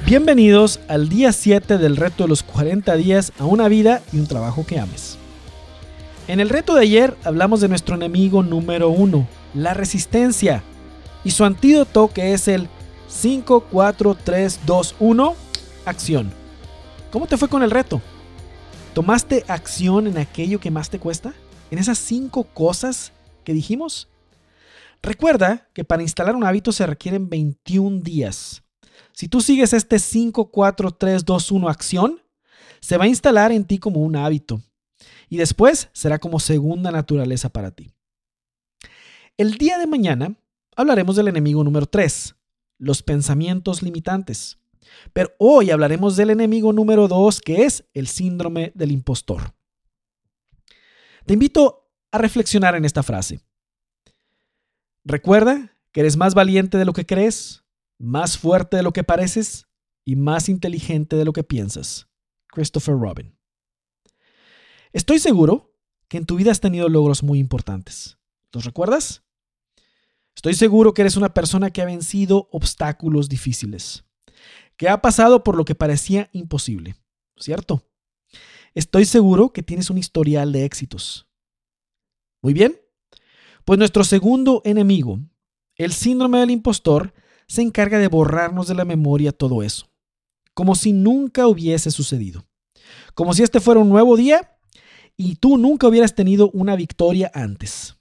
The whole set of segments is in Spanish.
Bienvenidos al día 7 del reto de los 40 días a una vida y un trabajo que ames. En el reto de ayer hablamos de nuestro enemigo número 1, la resistencia, y su antídoto que es el 5, 4, 3, 2, 1, acción. ¿Cómo te fue con el reto? ¿Tomaste acción en aquello que más te cuesta? ¿En esas 5 cosas que dijimos? Recuerda que para instalar un hábito se requieren 21 días. Si tú sigues este 5, 4, 3, 2, 1 acción, se va a instalar en ti como un hábito y después será como segunda naturaleza para ti. El día de mañana hablaremos del enemigo número 3, los pensamientos limitantes. Pero hoy hablaremos del enemigo número 2, que es el síndrome del impostor. Te invito a reflexionar en esta frase. Recuerda que eres más valiente de lo que crees, más fuerte de lo que pareces y más inteligente de lo que piensas. Christopher Robin. Estoy seguro que en tu vida has tenido logros muy importantes. ¿Los recuerdas? Estoy seguro que eres una persona que ha vencido obstáculos difíciles, que ha pasado por lo que parecía imposible, ¿cierto? Estoy seguro que tienes un historial de éxitos. Muy bien, pues nuestro segundo enemigo, el síndrome del impostor, se encarga de borrarnos de la memoria todo eso, como si nunca hubiese sucedido, como si este fuera un nuevo día y tú nunca hubieras tenido una victoria antes.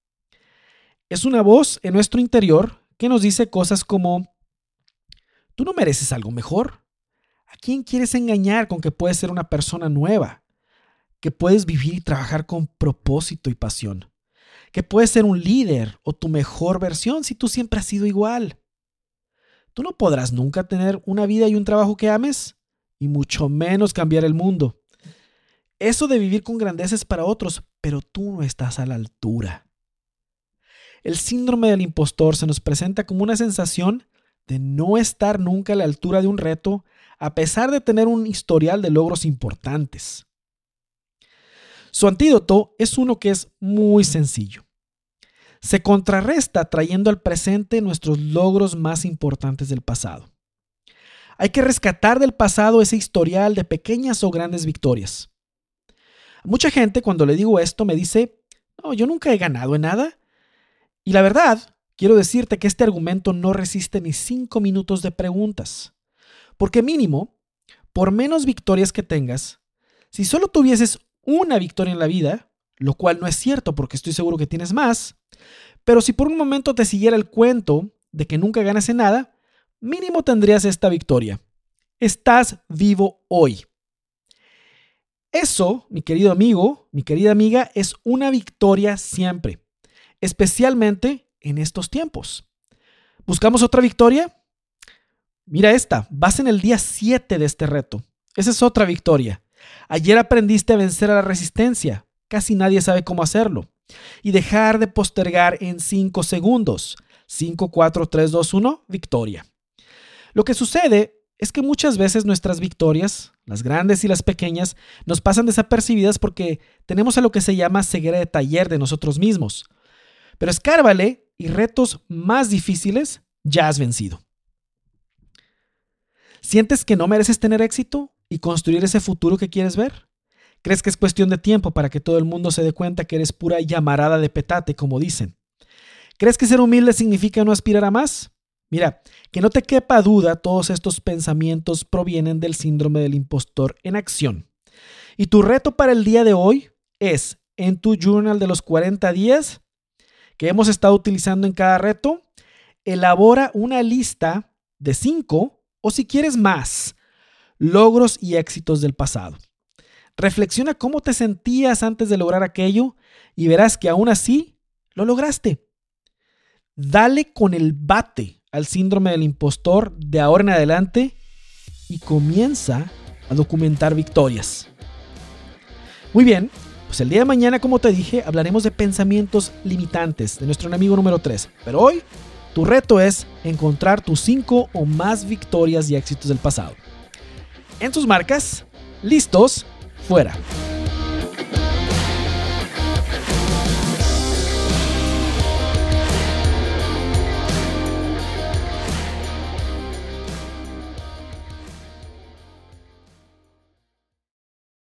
Es una voz en nuestro interior que nos dice cosas como: ¿tú no mereces algo mejor? ¿A quién quieres engañar con que puedes ser una persona nueva? Que puedes vivir y trabajar con propósito y pasión. Que puedes ser un líder o tu mejor versión si tú siempre has sido igual. Tú no podrás nunca tener una vida y un trabajo que ames, y mucho menos cambiar el mundo. Eso de vivir con grandeza es para otros, pero tú no estás a la altura. El síndrome del impostor se nos presenta como una sensación de no estar nunca a la altura de un reto, a pesar de tener un historial de logros importantes. Su antídoto es uno que es muy sencillo. Se contrarresta trayendo al presente nuestros logros más importantes del pasado. Hay que rescatar del pasado ese historial de pequeñas o grandes victorias. A mucha gente cuando le digo esto me dice: no, yo nunca he ganado en nada. Y la verdad, quiero decirte que este argumento no resiste ni 5 minutos de preguntas. Porque mínimo, por menos victorias que tengas, si solo tuvieses una victoria en la vida, lo cual no es cierto porque estoy seguro que tienes más, pero si por un momento te siguiera el cuento de que nunca ganas en nada, mínimo tendrías esta victoria. Estás vivo hoy. Eso, mi querido amigo, mi querida amiga, es una victoria siempre, especialmente en estos tiempos. ¿Buscamos otra victoria? Mira esta, vas en el día 7 de este reto. Esa es otra victoria. Ayer aprendiste a vencer a la resistencia. Casi nadie sabe cómo hacerlo. Y dejar de postergar en 5 segundos. 5, 4, 3, 2, 1, victoria. Lo que sucede es que muchas veces nuestras victorias, las grandes y las pequeñas, nos pasan desapercibidas porque tenemos a lo que se llama ceguera de taller de nosotros mismos. Pero escárvale y retos más difíciles ya has vencido. ¿Sientes que no mereces tener éxito y construir ese futuro que quieres ver? ¿Crees que es cuestión de tiempo para que todo el mundo se dé cuenta que eres pura llamarada de petate, como dicen? ¿Crees que ser humilde significa no aspirar a más? Mira, que no te quepa duda, todos estos pensamientos provienen del síndrome del impostor en acción. Y tu reto para el día de hoy es, en tu journal de los 40 días que hemos estado utilizando en cada reto, elabora una lista de 5 o si quieres más logros y éxitos del pasado. Reflexiona cómo te sentías antes de lograr aquello y verás que aún así lo lograste. Dale con el bate al síndrome del impostor de ahora en adelante y comienza a documentar victorias. Muy bien, pues el día de mañana, como te dije, hablaremos de pensamientos limitantes de nuestro enemigo número 3. Pero hoy, tu reto es encontrar tus 5 o más victorias y éxitos del pasado. En tus marcas, listos, fuera.